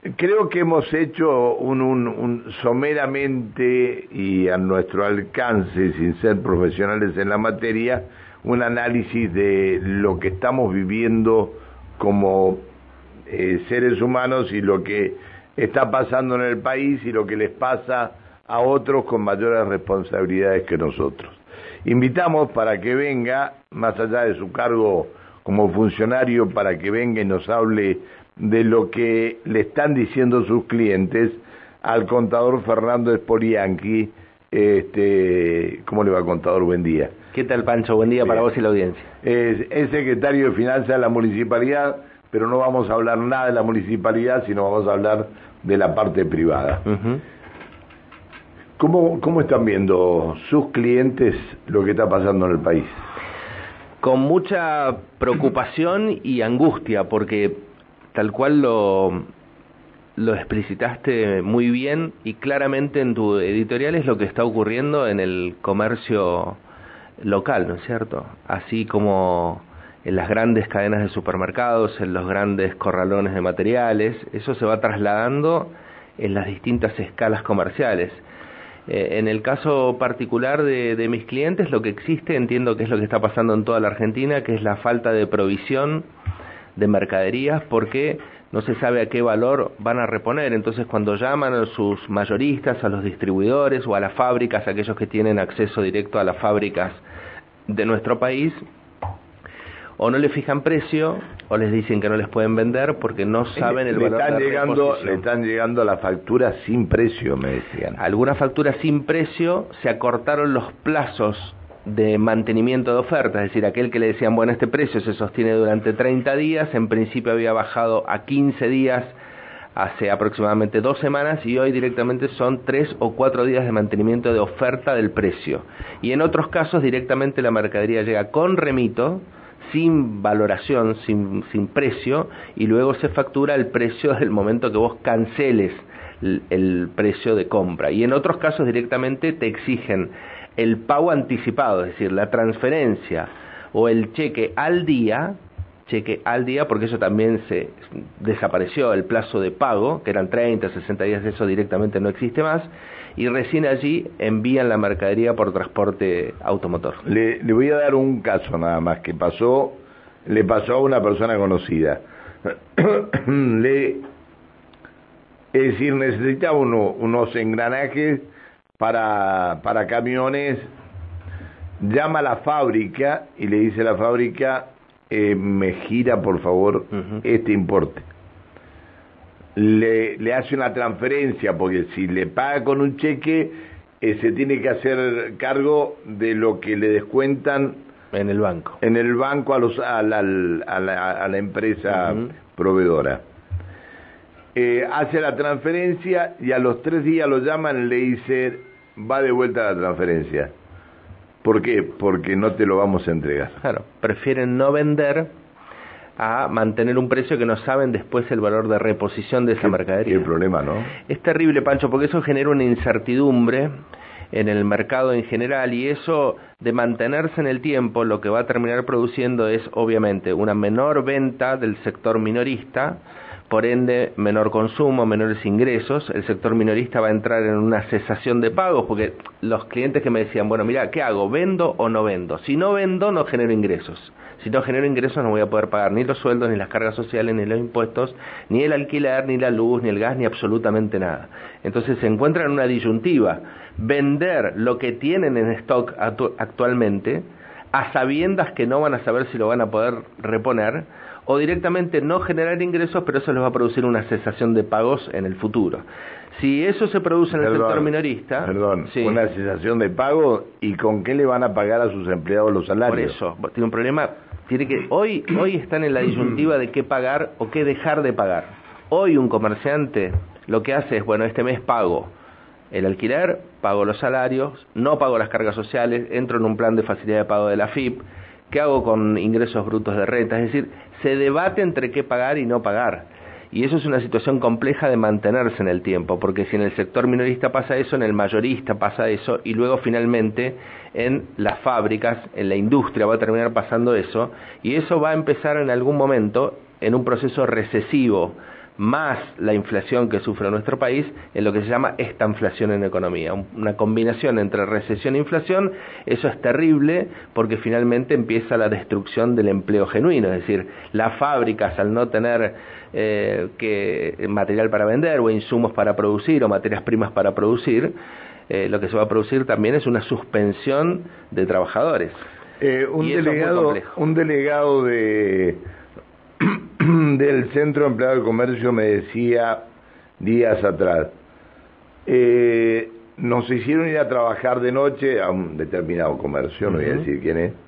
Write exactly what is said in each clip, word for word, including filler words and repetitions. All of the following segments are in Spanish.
creo que hemos hecho un, un, un someramente y a nuestro alcance, sin ser profesionales en la materia, un análisis de lo que estamos viviendo como eh, seres humanos y lo que está pasando en el país y lo que les pasa a otros con mayores responsabilidades que nosotros. Invitamos para que venga, más allá de su cargo como funcionario, para que venga y nos hable de lo que le están diciendo sus clientes al contador Fernando Spolianchi. Este, ¿cómo le va, contador? Buen día. ¿Qué tal, Pancho? Buen día. Bien. Para vos y la audiencia. Es, es secretario de Finanzas de la Municipalidad, pero no vamos a hablar nada de la Municipalidad, sino vamos a hablar de la parte privada. Uh-huh. ¿Cómo, ¿Cómo están viendo sus clientes lo que está pasando en el país? Con mucha preocupación y angustia, porque tal cual lo, lo explicitaste muy bien y claramente en tu editorial es lo que está ocurriendo en el comercio local, ¿no es cierto? Así como en las grandes cadenas de supermercados, en los grandes corralones de materiales, eso se va trasladando en las distintas escalas comerciales. Eh, en el caso particular de, de mis clientes, lo que existe, entiendo que es lo que está pasando en toda la Argentina, que es la falta de provisión de mercaderías, porque no se sabe a qué valor van a reponer. Entonces, cuando llaman a sus mayoristas, a los distribuidores o a las fábricas, aquellos que tienen acceso directo a las fábricas de nuestro país, o no le fijan precio o les dicen que no les pueden vender porque no saben el le valor están de la llegando, reposición. Le están llegando las facturas sin precio, me decían. Algunas facturas sin precio, se acortaron los plazos de mantenimiento de oferta, es decir, aquel que le decían, bueno, este precio se sostiene durante treinta días, en principio había bajado a quince días hace aproximadamente dos semanas y hoy directamente son tres o cuatro días de mantenimiento de oferta del precio. Y en otros casos directamente la mercadería llega con remito, sin valoración, sin, sin precio, y luego se factura el precio del momento que vos canceles el, el precio de compra. Y en otros casos directamente te exigen el pago anticipado, es decir, la transferencia o el cheque al día, cheque al día, porque eso también se desapareció, el plazo de pago, que eran treinta, sesenta días, eso directamente no existe más, y recién allí envían la mercadería por transporte automotor. Le, le voy a dar un caso nada más que pasó, le pasó a una persona conocida. le, es decir, necesitaba uno, unos engranajes para, para camiones, llama a la fábrica y le dice a la fábrica, eh, me gira por favor uh-huh. este importe. Le, le hace una transferencia, porque si le paga con un cheque, eh, se tiene que hacer cargo de lo que le descuentan en el banco. En el banco a, los, a, la, a, la, a la empresa uh-huh. proveedora. Eh, hace la transferencia y a los tres días lo llaman y le dice, va de vuelta la transferencia. ¿Por qué? Porque no te lo vamos a entregar. Claro, prefieren no vender a mantener un precio que no saben después el valor de reposición de esa ¿Qué, mercadería. ¿Qué problema, no? Es terrible, Pancho, porque eso genera una incertidumbre en el mercado en general, y eso de mantenerse en el tiempo lo que va a terminar produciendo es obviamente una menor venta del sector minorista, por ende menor consumo, menores ingresos. El sector minorista va a entrar en una cesación de pagos, porque los clientes que me decían, bueno, mira, ¿qué hago? ¿Vendo o no vendo? Si no vendo, no genero ingresos. Si no genero ingresos, no voy a poder pagar ni los sueldos, ni las cargas sociales, ni los impuestos, ni el alquiler, ni la luz, ni el gas, ni absolutamente nada. Entonces se encuentran en una disyuntiva: vender lo que tienen en stock actu- actualmente, a sabiendas que no van a saber si lo van a poder reponer, o directamente no generar ingresos, pero eso les va a producir una cesación de pagos en el futuro. Si eso se produce en el perdón, sector minorista... Perdón, sí. Una cesación de pago, ¿y con qué le van a pagar a sus empleados los salarios? Por eso, tiene un problema, tiene que hoy, hoy están en la disyuntiva de qué pagar o qué dejar de pagar. Hoy un comerciante lo que hace es, bueno, este mes pago el alquiler, pago los salarios, no pago las cargas sociales, entro en un plan de facilidad de pago de la F I P, ¿qué hago con ingresos brutos de renta? Es decir, se debate entre qué pagar y no pagar. Y eso es una situación compleja de mantenerse en el tiempo, porque si en el sector minorista pasa eso, en el mayorista pasa eso, y luego finalmente en las fábricas, en la industria va a terminar pasando eso, y eso va a empezar en algún momento en un proceso recesivo más la inflación que sufre nuestro país, en lo que se llama estanflación en economía. Una combinación entre recesión e inflación. Eso es terrible porque finalmente empieza la destrucción del empleo genuino, es decir, las fábricas, al no tener eh, que material para vender o insumos para producir o materias primas para producir, eh, lo que se va a producir también es una suspensión de trabajadores. Eh, un delegado, un delegado de del Centro de Empleados de Comercio me decía días atrás, eh, nos hicieron ir a trabajar de noche a un determinado comercio, no voy a decir quién es,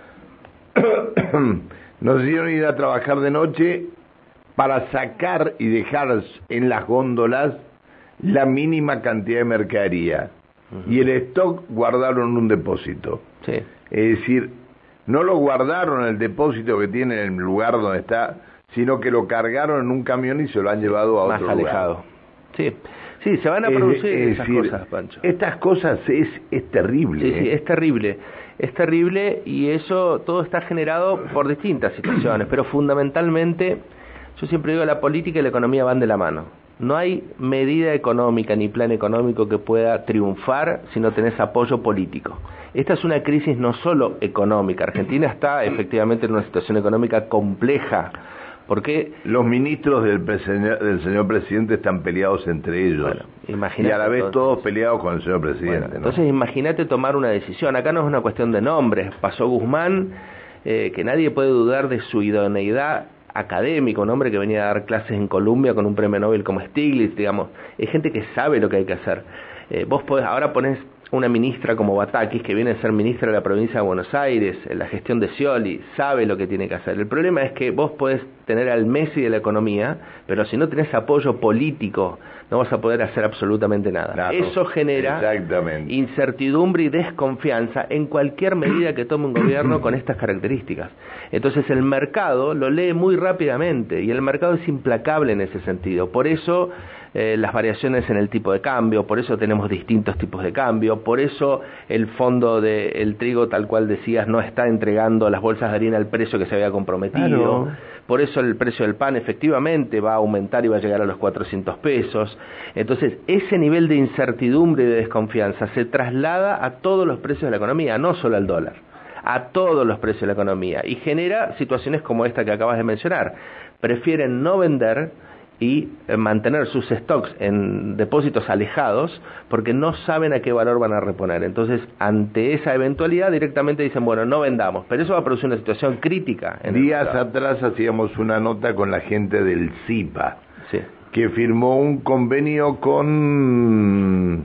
nos hicieron ir a trabajar de noche para sacar y dejar en las góndolas la mínima cantidad de mercadería, uh-huh. y el stock guardaron en un depósito. Sí. Es decir, no lo guardaron en el depósito que tiene en el lugar donde está, sino que lo cargaron en un camión y se lo han llevado a más otro alejado. lugar. Sí, sí, se van a producir es, es esas decir, cosas, Pancho. Estas cosas es, es terrible. Sí, ¿eh? sí, es terrible. Es terrible y eso todo está generado por distintas situaciones, pero fundamentalmente, yo siempre digo, la política y la economía van de la mano. No hay medida económica ni plan económico que pueda triunfar si no tenés apoyo político. Esta es una crisis no solo económica. Argentina está efectivamente en una situación económica compleja, porque los ministros del, del señor presidente están peleados entre ellos, bueno, y a la vez entonces, todos peleados con el señor presidente. Bueno, ¿no? Entonces imagínate tomar una decisión. Acá no es una cuestión de nombres. Pasó Guzmán, eh, que nadie puede dudar de su idoneidad académica, un hombre que venía a dar clases en Columbia con un premio Nobel como Stiglitz, digamos. Es gente que sabe lo que hay que hacer. Eh, vos podés, ahora ponés una ministra como Batakis, que viene a ser ministra de la provincia de Buenos Aires, en la gestión de Scioli, sabe lo que tiene que hacer. El problema es que vos podés tener al Messi de la economía, pero si no tenés apoyo político, no vas a poder hacer absolutamente nada. Claro, eso genera incertidumbre y desconfianza en cualquier medida que tome un gobierno con estas características. Entonces el mercado lo lee muy rápidamente, y el mercado es implacable en ese sentido. Por eso Eh, las variaciones en el tipo de cambio, por eso tenemos distintos tipos de cambio, por eso el fondo del trigo, tal cual decías, no está entregando las bolsas de harina al precio que se había comprometido, claro. Por eso el precio del pan efectivamente va a aumentar y va a llegar a los cuatrocientos pesos. Entonces ese nivel de incertidumbre y de desconfianza se traslada a todos los precios de la economía, no solo al dólar, a todos los precios de la economía, y genera situaciones como esta que acabas de mencionar. Prefieren no vender y mantener sus stocks en depósitos alejados porque no saben a qué valor van a reponer. Entonces, ante esa eventualidad, directamente dicen, bueno, no vendamos, pero eso va a producir una situación crítica. En Días atrás hacíamos una nota con la gente del CIPA, sí. que firmó un convenio con...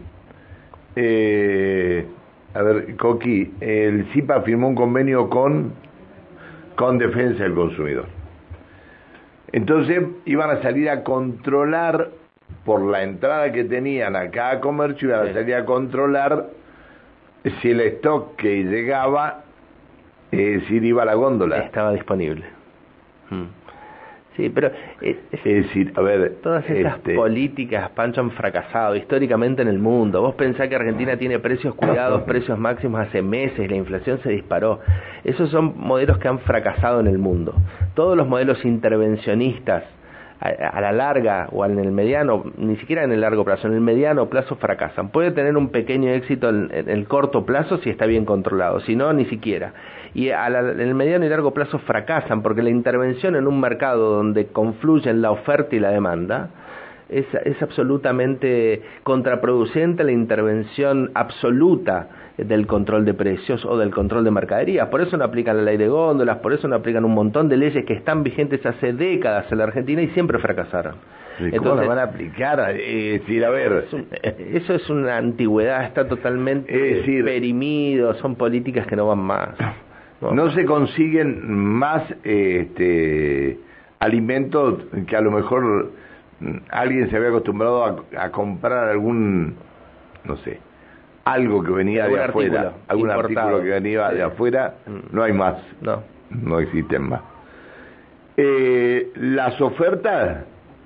Eh, a ver, Coqui, el CIPA firmó un convenio con, con Defensa del Consumidor. Entonces iban a salir a controlar, por la entrada que tenían a cada comercio, iban a salir a controlar si el stock que llegaba, eh, si iba a la góndola. Estaba disponible. Hmm. Sí, pero es, es decir, a ver, todas esas este... políticas, Pancho, han fracasado históricamente en el mundo. Vos pensás que Argentina tiene precios cuidados, precios máximos hace meses, la inflación se disparó. Esos son modelos que han fracasado en el mundo. Todos los modelos intervencionistas a, a la larga o en el mediano, ni siquiera en el largo plazo, en el mediano plazo fracasan. Puede tener un pequeño éxito en, en el corto plazo si está bien controlado, si no, ni siquiera. Y a la, en el mediano y largo plazo fracasan porque la intervención en un mercado donde confluyen la oferta y la demanda es, es absolutamente contraproducente la intervención absoluta del control de precios o del control de mercaderías. Por eso no aplican la ley de góndolas, por eso no aplican un montón de leyes que están vigentes hace décadas en la Argentina y siempre fracasaron. Entonces, ¿cómo la van a aplicar? Es decir, a ver, es un, eso es una antigüedad, está totalmente es decir, perimido, son políticas que no van más. No, no se consiguen más este, alimentos que a lo mejor alguien se había acostumbrado a, a comprar algún, no sé, algo que venía de afuera, artículo, algún importado. artículo que venía sí. de afuera, no hay más, no, no existen más. Eh, las ofertas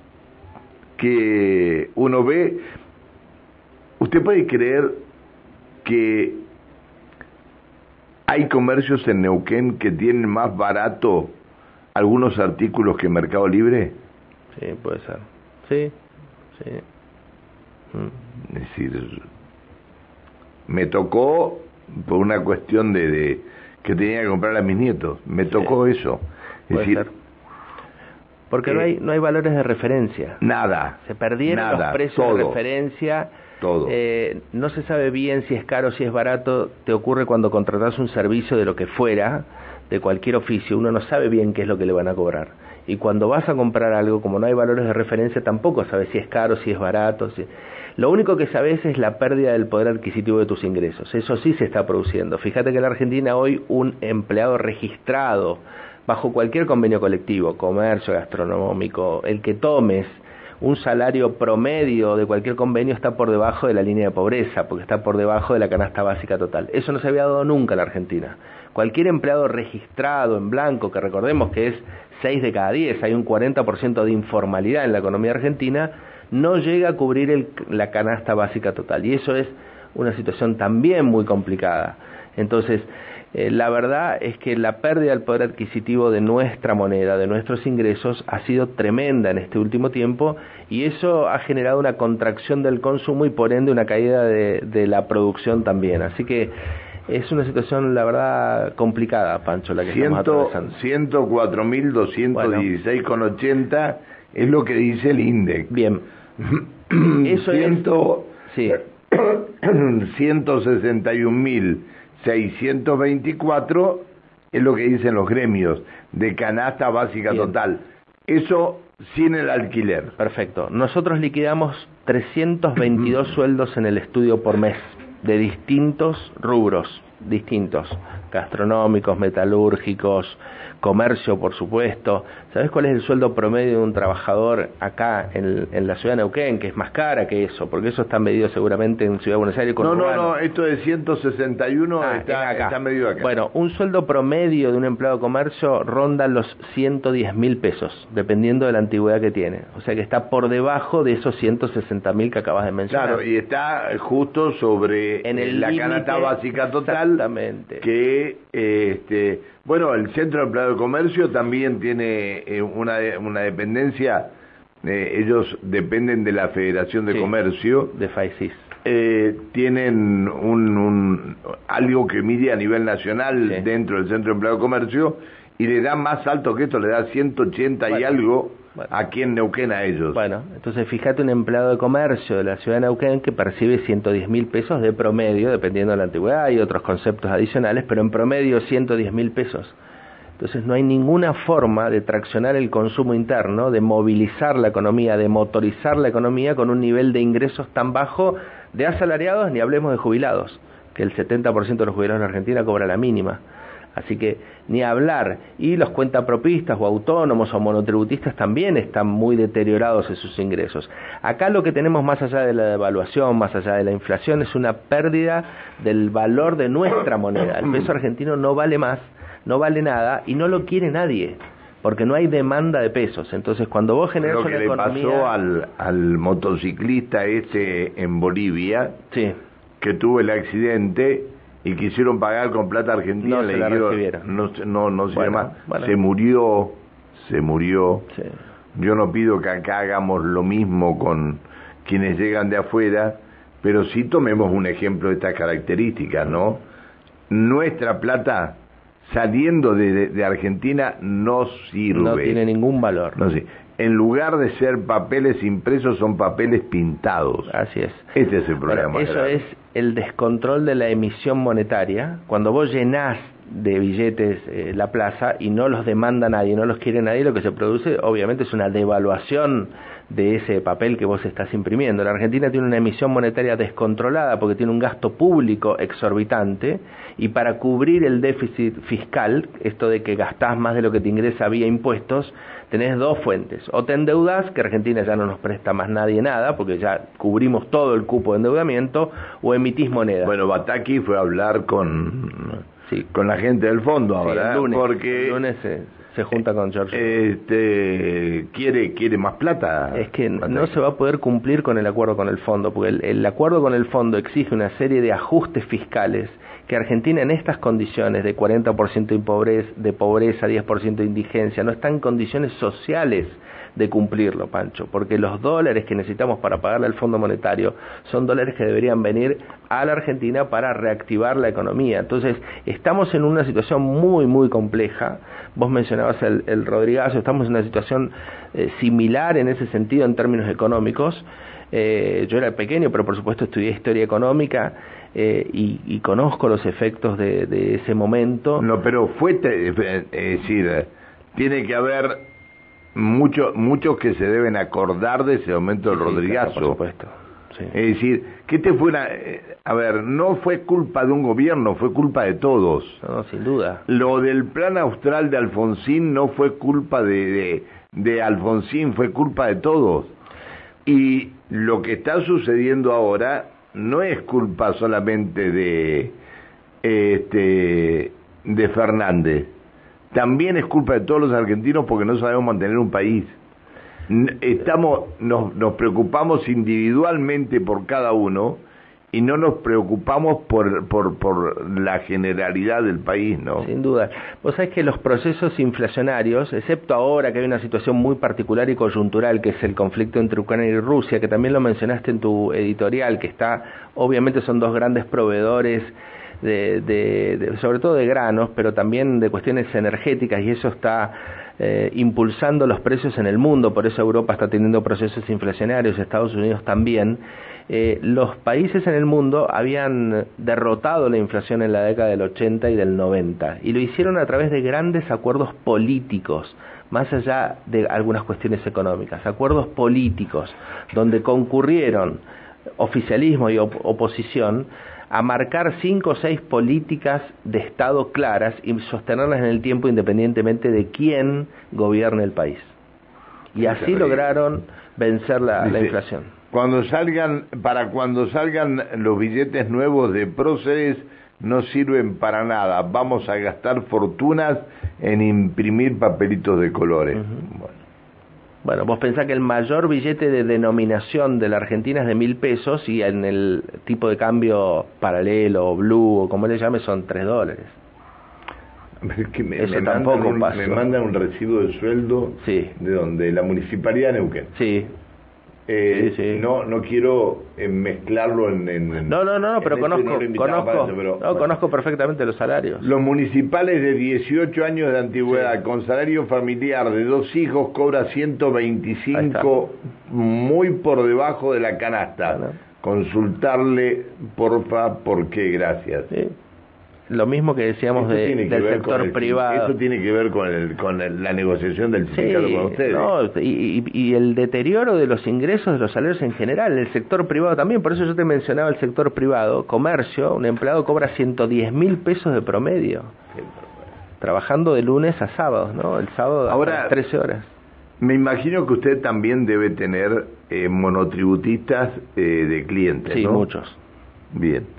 que uno ve, usted puede creer que hay comercios en Neuquén que tienen más barato algunos artículos que Mercado Libre. sí, puede ser. Sí, sí. Mm. Es decir, me tocó por una cuestión de, de que tenía que comprar a mis nietos, me sí. tocó eso. Es puede decir, ser. Porque eh, no hay no hay valores de referencia. Nada. Se perdieron nada, los precios todo, de referencia. Todo. Eh, no se sabe bien si es caro, si es barato. Te ocurre cuando contratás un servicio de lo que fuera, de cualquier oficio, uno no sabe bien qué es lo que le van a cobrar. Y cuando vas a comprar algo, como no hay valores de referencia, tampoco sabes si es caro, si es barato. Si... Lo único que sabes es la pérdida del poder adquisitivo de tus ingresos. Eso sí se está produciendo. Fíjate que en la Argentina hoy un empleado registrado bajo cualquier convenio colectivo, comercio, gastronómico, el que tomes, un salario promedio de cualquier convenio está por debajo de la línea de pobreza, porque está por debajo de la canasta básica total. Eso no se había dado nunca en la Argentina. Cualquier empleado registrado en blanco, que recordemos que es seis de cada diez, hay un cuarenta por ciento de informalidad en la economía argentina, no llega a cubrir el, la canasta básica total. Y eso es una situación también muy complicada. Entonces, Eh, la verdad es que la pérdida del poder adquisitivo de nuestra moneda, de nuestros ingresos, ha sido tremenda en este último tiempo, y eso ha generado una contracción del consumo y por ende una caída de, de la producción también. Así que es una situación, la verdad, complicada, Pancho, la que estamos atravesando. ciento cuatro mil doscientos dieciséis con ochenta es lo que dice el INDEC. Bien. Eso Ciento, es... Sí. ciento sesenta y un mil seiscientos veinticuatro es lo que dicen los gremios de canasta básica Bien. Total. Eso sin el alquiler. Perfecto. Nosotros liquidamos trescientos veintidós sueldos en el estudio por mes, de distintos rubros, distintos, gastronómicos, metalúrgicos, comercio, por supuesto. ¿Sabés cuál es el sueldo promedio de un trabajador acá en, en la ciudad de Neuquén? Que es más cara que eso, porque eso está medido seguramente en Ciudad de Buenos Aires. Con no, Urbano. no, no, esto de ciento sesenta y uno ah, está, acá. está medido acá. Bueno, un sueldo promedio de un empleado de comercio ronda los ciento diez mil pesos, dependiendo de la antigüedad que tiene. O sea que está por debajo de esos ciento sesenta mil que acabas de mencionar. Claro, y está justo sobre en el la límite, canasta básica total. Exactamente. Que, este, bueno, el Centro de Empleado de Comercio también tiene eh, una, una dependencia, eh, ellos dependen de la Federación de sí, Comercio. De FAICIS. Eh, tienen un, un algo que mide a nivel nacional sí. dentro del Centro de Empleado de Comercio y le da más alto que esto, le da ciento ochenta bueno, y algo bueno. aquí en Neuquén a ellos. Bueno, entonces fíjate un empleado de comercio de la ciudad de Neuquén que percibe ciento diez mil pesos de promedio, dependiendo de la antigüedad y otros conceptos adicionales, pero en promedio ciento diez mil pesos. Entonces no hay ninguna forma de traccionar el consumo interno, de movilizar la economía, de motorizar la economía con un nivel de ingresos tan bajo de asalariados, ni hablemos de jubilados, que el setenta por ciento de los jubilados en Argentina cobra la mínima. Así que ni hablar. Y los cuentapropistas o autónomos o monotributistas también están muy deteriorados en sus ingresos. Acá lo que tenemos más allá de la devaluación, más allá de la inflación, es una pérdida del valor de nuestra moneda. El peso argentino no vale más, no vale nada y no lo quiere nadie, porque no hay demanda de pesos. Entonces cuando vos generas lo que una le economía... pasó al, al motociclista este en Bolivia, sí. que tuvo el accidente y quisieron pagar con plata argentina, no le se la dieron, recibieron. no, no, no se bueno, llama, bueno. se murió, se murió. Sí. Yo no pido que acá hagamos lo mismo con quienes llegan de afuera, pero sí tomemos un ejemplo de estas características, ¿no? Nuestra plata saliendo de, de, de Argentina no sirve. No tiene ningún valor. No sé. En lugar de ser papeles impresos, son papeles pintados. Así es. Este es el problema. Bueno, eso grave. es el descontrol de la emisión monetaria. Cuando vos llenás de billetes eh, la plaza y no los demanda nadie, no los quiere nadie, lo que se produce obviamente es una devaluación de ese papel que vos estás imprimiendo. La Argentina tiene una emisión monetaria descontrolada porque tiene un gasto público exorbitante, y para cubrir el déficit fiscal, esto de que gastás más de lo que te ingresa vía impuestos, tenés dos fuentes: o te endeudás, que Argentina ya no nos presta más nadie nada porque ya cubrimos todo el cupo de endeudamiento, o emitís moneda. Bueno, Bataki fue a hablar con sí. con la gente del fondo ahora, sí, el lunes, porque el lunes se, se junta con George. Este quiere quiere más plata. Es que Bataki. No se va a poder cumplir con el acuerdo con el fondo, porque el, el acuerdo con el fondo exige una serie de ajustes fiscales que Argentina en estas condiciones de cuarenta por ciento de pobreza, de pobreza, diez por ciento de indigencia, no está en condiciones sociales de cumplirlo, Pancho, porque los dólares que necesitamos para pagarle al Fondo Monetario son dólares que deberían venir a la Argentina para reactivar la economía. Entonces, estamos en una situación muy, muy compleja. Vos mencionabas el, el Rodrigazo, estamos en una situación eh, similar en ese sentido en términos económicos. Eh, yo era pequeño, pero por supuesto estudié historia económica eh, y, y conozco los efectos de, de ese momento. No, pero fue, te, es decir, tiene que haber muchos muchos que se deben acordar de ese momento del Sí, Rodrigazo. claro, por supuesto. Sí. Es decir, que te fuera, a ver, no fue culpa de un gobierno, fue culpa de todos. No, sin duda. Lo del plan austral de Alfonsín no fue culpa de, de, de Alfonsín, fue culpa de todos. Y lo que está sucediendo ahora no es culpa solamente de este de Fernández, también es culpa de todos los argentinos porque no sabemos mantener un país. Estamos nos, nos preocupamos individualmente por cada uno y no nos preocupamos por, por, por la generalidad del país, ¿no? Sin duda. Vos sabés que los procesos inflacionarios, excepto ahora que hay una situación muy particular y coyuntural, que es el conflicto entre Ucrania y Rusia, que también lo mencionaste en tu editorial, que está, obviamente son dos grandes proveedores, de, de, de sobre todo de granos, pero también de cuestiones energéticas, y eso está eh, impulsando los precios en el mundo, por eso Europa está teniendo procesos inflacionarios, Estados Unidos también. Eh, los países en el mundo habían derrotado la inflación en la década del ochenta y del noventa, y lo hicieron a través de grandes acuerdos políticos, más allá de algunas cuestiones económicas, acuerdos políticos, donde concurrieron oficialismo y op oposición a marcar cinco o seis políticas de Estado claras y sostenerlas en el tiempo independientemente de quién gobierne el país. Y así lograron vencer la, la inflación. Cuando salgan, para cuando salgan los billetes nuevos de próceres, no sirven para nada. Vamos a gastar fortunas en imprimir papelitos de colores. Uh-huh. Bueno. Bueno, vos pensás que el mayor billete de denominación de la Argentina es de mil pesos y en el tipo de cambio paralelo o blue o como le llame son tres dólares. Que me, Eso me tampoco mandan un, pasó. Me mandan un recibo de sueldo sí. de donde la Municipalidad de Neuquén. Sí. Eh, sí, sí. No, no quiero eh, mezclarlo en, en... No, no, no, pero conozco, no conozco, eso, pero, no, bueno. conozco perfectamente los salarios. Los municipales de dieciocho años de antigüedad, sí. con salario familiar de dos hijos, cobra ciento veinticinco, muy por debajo de la canasta. Bueno. Consultarle, porfa, por qué, gracias. Sí. Lo mismo que decíamos de, del sector el, privado. Eso tiene que ver con, el, con el, la negociación del sindicato sí, con ustedes. No, y, y, y el deterioro de los ingresos de los salarios en general, el sector privado también. Por eso yo te mencionaba el sector privado. Comercio, un empleado cobra ciento diez mil pesos de promedio. Sí, trabajando de lunes a sábados, ¿no? El sábado Ahora, a trece horas. Me imagino que usted también debe tener eh, monotributistas eh, de clientes, sí, ¿no? Sí, muchos. Bien.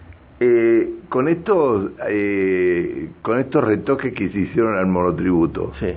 Eh, con estos eh, con estos retoques que se hicieron al monotributo, sí.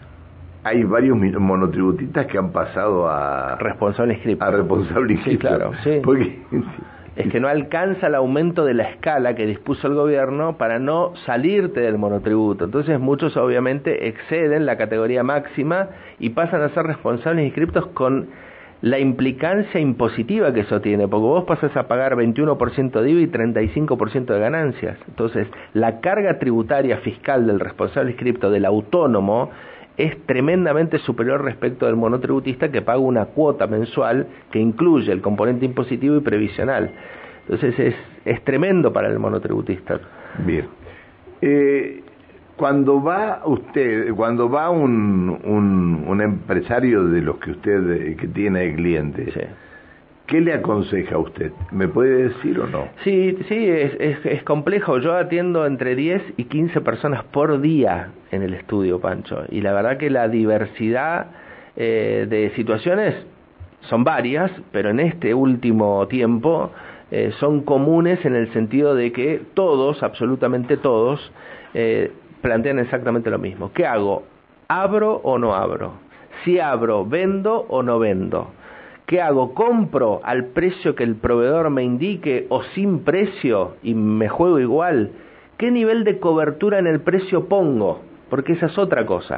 hay varios monotributistas que han pasado a responsable inscripto. A responsable inscripto. Sí, claro, sí. Porque es que no alcanza el aumento de la escala que dispuso el gobierno para no salirte del monotributo. Entonces muchos obviamente exceden la categoría máxima y pasan a ser responsables inscriptos con la implicancia impositiva que eso tiene, porque vos pasas a pagar veintiuno por ciento de I V A y treinta y cinco por ciento de ganancias. Entonces, la carga tributaria fiscal del responsable inscripto, del autónomo, es tremendamente superior respecto del monotributista que paga una cuota mensual que incluye el componente impositivo y previsional. Entonces, es, es tremendo para el monotributista. Bien. Eh... Cuando va usted, cuando va un, un, un empresario de los que usted que tiene de clientes, sí. ¿qué le aconseja a usted? ¿Me puede decir o no? Sí, sí, es, es, es complejo. Yo atiendo entre diez y quince personas por día en el estudio, Pancho, y la verdad que la diversidad eh, de situaciones son varias, pero en este último tiempo eh, son comunes en el sentido de que todos, absolutamente todos, eh, plantean exactamente lo mismo. ¿Qué hago? ¿Abro o no abro? Si abro, ¿vendo o no vendo? ¿Qué hago? ¿Compro al precio que el proveedor me indique o sin precio y me juego igual? ¿Qué nivel de cobertura en el precio pongo? Porque esa es otra cosa.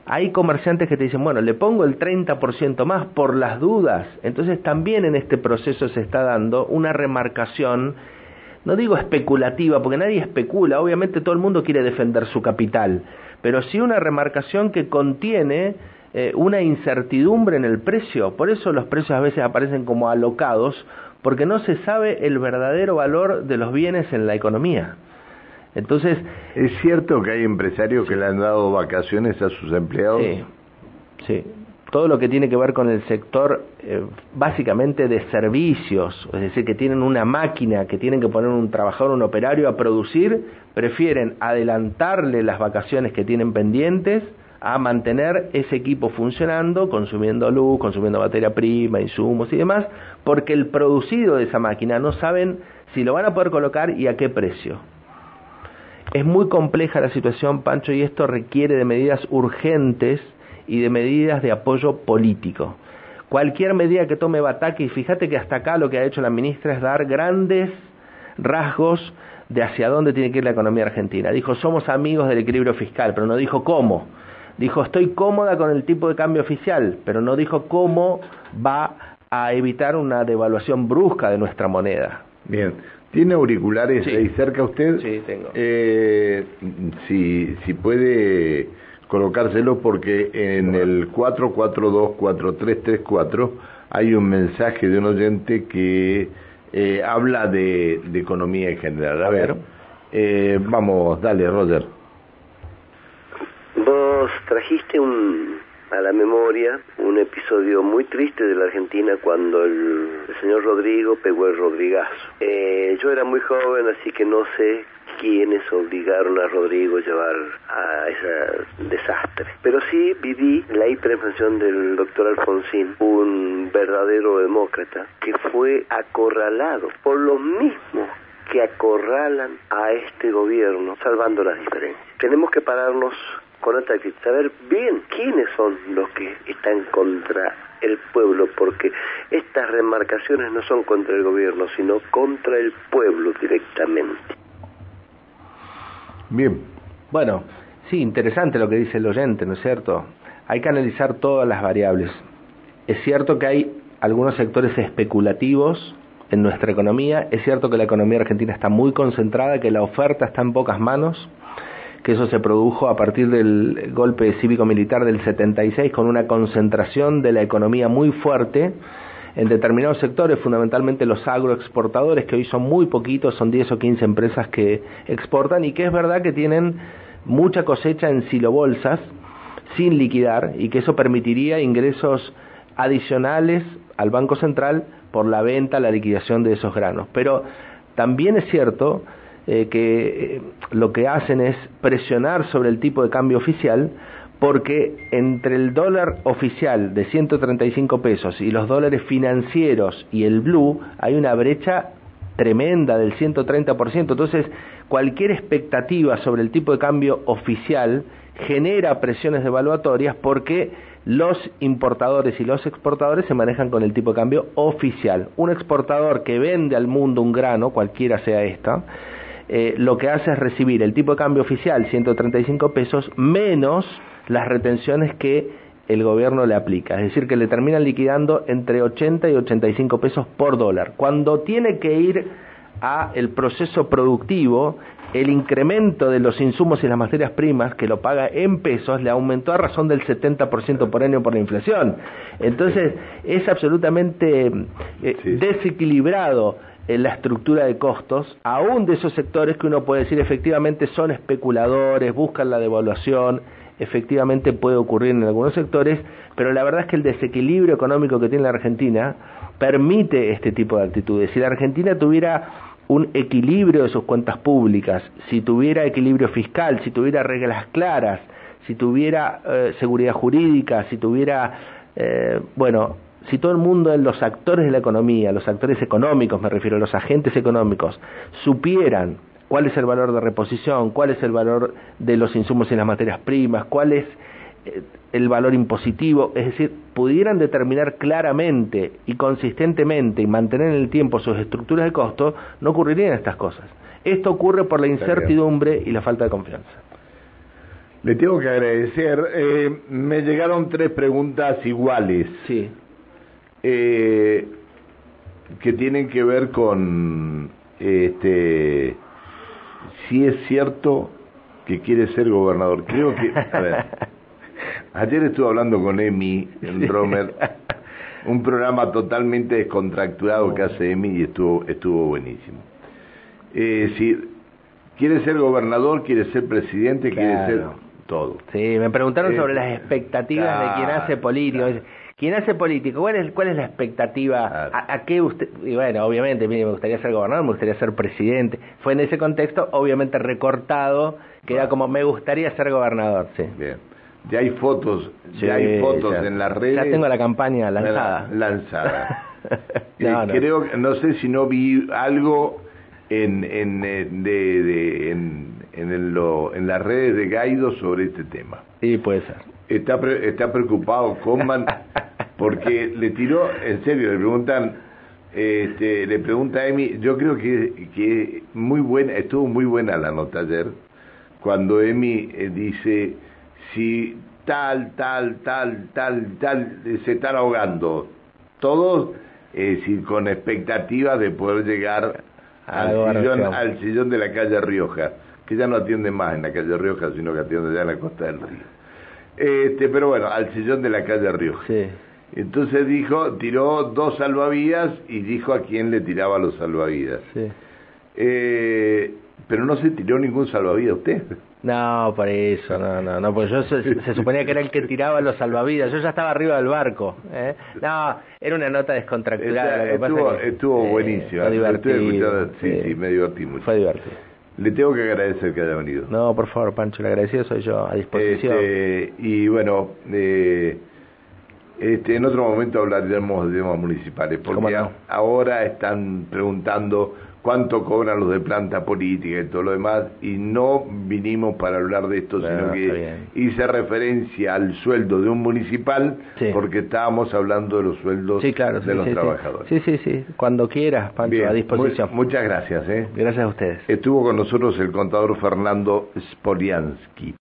hay comerciantes que te dicen, bueno, le pongo el treinta por ciento más por las dudas. Entonces también en este proceso se está dando una remarcación, no digo especulativa, porque nadie especula, obviamente todo el mundo quiere defender su capital, pero sí una remarcación que contiene eh, una incertidumbre en el precio. Por eso los precios a veces aparecen como alocados, porque no se sabe el verdadero valor de los bienes en la economía. Entonces, ¿es cierto que hay empresarios que le han dado vacaciones a sus empleados? Sí, sí. Todo lo que tiene que ver con el sector eh, básicamente de servicios, es decir, que tienen una máquina, que tienen que poner un trabajador, un operario a producir, prefieren adelantarle las vacaciones que tienen pendientes a mantener ese equipo funcionando, consumiendo luz, consumiendo materia prima, insumos y demás, porque el producido de esa máquina no saben si lo van a poder colocar y a qué precio. Es muy compleja la situación, Pancho, y esto requiere de medidas urgentes y de medidas de apoyo político. Cualquier medida que tome Bataki, y fíjate que hasta acá lo que ha hecho la ministra es dar grandes rasgos de hacia dónde tiene que ir la economía argentina. Dijo, somos amigos del equilibrio fiscal, pero no dijo cómo. Dijo, estoy cómoda con el tipo de cambio oficial, pero no dijo cómo va a evitar una devaluación brusca de nuestra moneda. Bien. ¿Tiene auriculares Sí. ahí cerca usted? Sí, tengo. Eh, si, si puede colocárselo, porque en el cuatro cuatro dos, cuatro tres tres cuatro hay un mensaje de un oyente que eh, habla de, de economía en general. A ver, eh, vamos, dale, Roger. Vos trajiste un, a la memoria un episodio muy triste de la Argentina cuando el, el señor Rodrigo pegó el Rodrigazo. Eh, yo era muy joven, así que no sé quiénes obligaron a Rodrigo a llevar a ese desastre. Pero sí viví la hiperinflación del doctor Alfonsín, un verdadero demócrata, que fue acorralado por los mismos que acorralan a este gobierno, salvando las diferencias. Tenemos que pararnos con esta actitud, saber bien quiénes son los que están contra el pueblo, porque estas remarcaciones no son contra el gobierno, sino contra el pueblo directamente. Bien. Bueno, sí, interesante lo que dice el oyente, ¿no es cierto? Hay que analizar todas las variables. Es cierto que hay algunos sectores especulativos en nuestra economía, es cierto que la economía argentina está muy concentrada, que la oferta está en pocas manos, que eso se produjo a partir del golpe cívico-militar del setenta y seis, con una concentración de la economía muy fuerte en determinados sectores, fundamentalmente los agroexportadores, que hoy son muy poquitos, son diez o quince empresas que exportan, y que es verdad que tienen mucha cosecha en silobolsas sin liquidar, y que eso permitiría ingresos adicionales al Banco Central por la venta, la liquidación de esos granos. Pero también es cierto eh, que eh, lo que hacen es presionar sobre el tipo de cambio oficial, porque entre el dólar oficial de ciento treinta y cinco pesos y los dólares financieros y el blue hay una brecha tremenda del ciento treinta por ciento. Entonces, cualquier expectativa sobre el tipo de cambio oficial genera presiones devaluatorias, porque los importadores y los exportadores se manejan con el tipo de cambio oficial. Un exportador que vende al mundo un grano, cualquiera sea esta, eh, lo que hace es recibir el tipo de cambio oficial, ciento treinta y cinco pesos, menos las retenciones que el gobierno le aplica. Es decir, que le terminan liquidando entre ochenta y ochenta y cinco pesos por dólar. Cuando tiene que ir a el proceso productivo, el incremento de los insumos y las materias primas, que lo paga en pesos, le aumentó a razón del setenta por ciento por año por la inflación. Entonces, es absolutamente eh, sí. desequilibrado en la estructura de costos, aún de esos sectores que uno puede decir efectivamente son especuladores, buscan la devaluación, efectivamente puede ocurrir en algunos sectores, pero la verdad es que el desequilibrio económico que tiene la Argentina permite este tipo de actitudes. Si la Argentina tuviera un equilibrio de sus cuentas públicas, si tuviera equilibrio fiscal, si tuviera reglas claras, si tuviera eh, seguridad jurídica, si tuviera, eh, bueno, si todo el mundo, los actores de la economía, los actores económicos, me refiero a los agentes económicos, supieran cuál es el valor de reposición, cuál es el valor de los insumos y las materias primas, cuál es el valor impositivo, es decir, pudieran determinar claramente y consistentemente y mantener en el tiempo sus estructuras de costo, no ocurrirían estas cosas. Esto ocurre por la incertidumbre y la falta de confianza. Le tengo que agradecer. Eh, me llegaron tres preguntas iguales. Sí. Eh, que tienen que ver con este si es cierto que quiere ser gobernador. Creo que, a ver, ayer estuve hablando con Emi en Romer, un programa totalmente descontracturado que hace Emi y estuvo estuvo buenísimo. Eh, si quiere ser gobernador, quiere ser presidente, claro, quiere ser todo. Sí, me preguntaron eh, sobre las expectativas claro, de quien hace político. Claro. ¿Quién hace político? ¿Cuál es, cuál es la expectativa? Claro. ¿A, ¿A qué usted...? Y bueno, obviamente, mire, me gustaría ser gobernador, me gustaría ser presidente. Fue en ese contexto, obviamente recortado, que claro, era como, me gustaría ser gobernador, sí. Bien. Ya hay fotos, sí, ya hay fotos ya, en las redes. Ya tengo la campaña lanzada. La, lanzada. no, eh, no. Creo, no sé si no vi algo en en de, de en, en, el, lo, en las redes de Gaido sobre este tema. Sí, puede ser. Está pre, está preocupado Conman porque le tiró, en serio, le preguntan, este, le pregunta a Emi, yo creo que que muy buena, estuvo muy buena la nota ayer, cuando Emi eh, dice, si tal, tal, tal, tal, tal, se están ahogando, todos eh, si, con expectativas de poder llegar al sillón, al sillón de la calle Rioja, que ya no atiende más en la calle Rioja, sino que atiende ya en la costa del río. Este, pero bueno, al sillón de la calle Rioja. Sí. Entonces dijo, tiró dos salvavidas y dijo a quién le tiraba los salvavidas. Sí. Eh, pero no se tiró ningún salvavidas usted. No, por eso, no, no, no, pues yo se, se suponía que era el que tiraba los salvavidas, yo ya estaba arriba del barco, ¿eh? No, era una nota descontracturada. Esa, estuvo que, estuvo eh, buenísimo. Fue divertido. Sí, sí, sí, me divertí mucho. Fue divertido. Le tengo que agradecer que haya venido. No, por favor, Pancho, le agradecido soy yo, a disposición. Este, y bueno, eh, este, en otro momento hablaremos de temas municipales, porque no? ahora están preguntando cuánto cobran los de planta política y todo lo demás, y no vinimos para hablar de esto, bueno, sino que hice referencia al sueldo de un municipal, sí, porque estábamos hablando de los sueldos sí, claro, de sí, los sí, trabajadores. Sí, sí, sí, cuando quieras, Pancho, bien, a disposición. Muy, muchas gracias. ¿eh? Gracias a ustedes. Estuvo con nosotros el contador Fernando Spoliansky.